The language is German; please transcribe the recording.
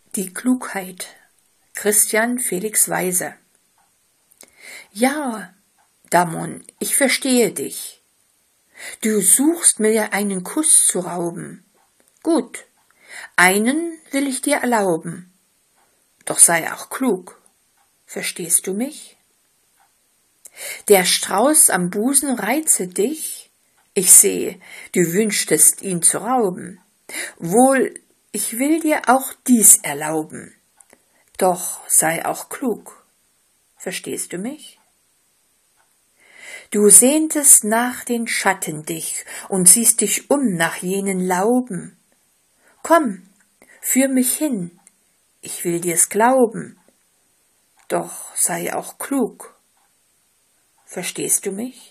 Die Klugheit. Christian Felix Weise. Ja, Damon, ich verstehe dich. Du suchst mir einen Kuss zu rauben. Gut, einen will ich dir erlauben. Doch sei auch klug. Verstehst du mich? Der Strauß am Busen reize dich. Ich seh, du wünschtest, ihn zu rauben. Wohl, ich will dir auch dies erlauben. Doch sei auch klug. Verstehst du mich? Du sehntest nach den Schatten dich und siehst dich nach jenen Lauben. Komm, führ mich hin, ich will dir's glauben. Doch sei auch klug. Verstehst du mich?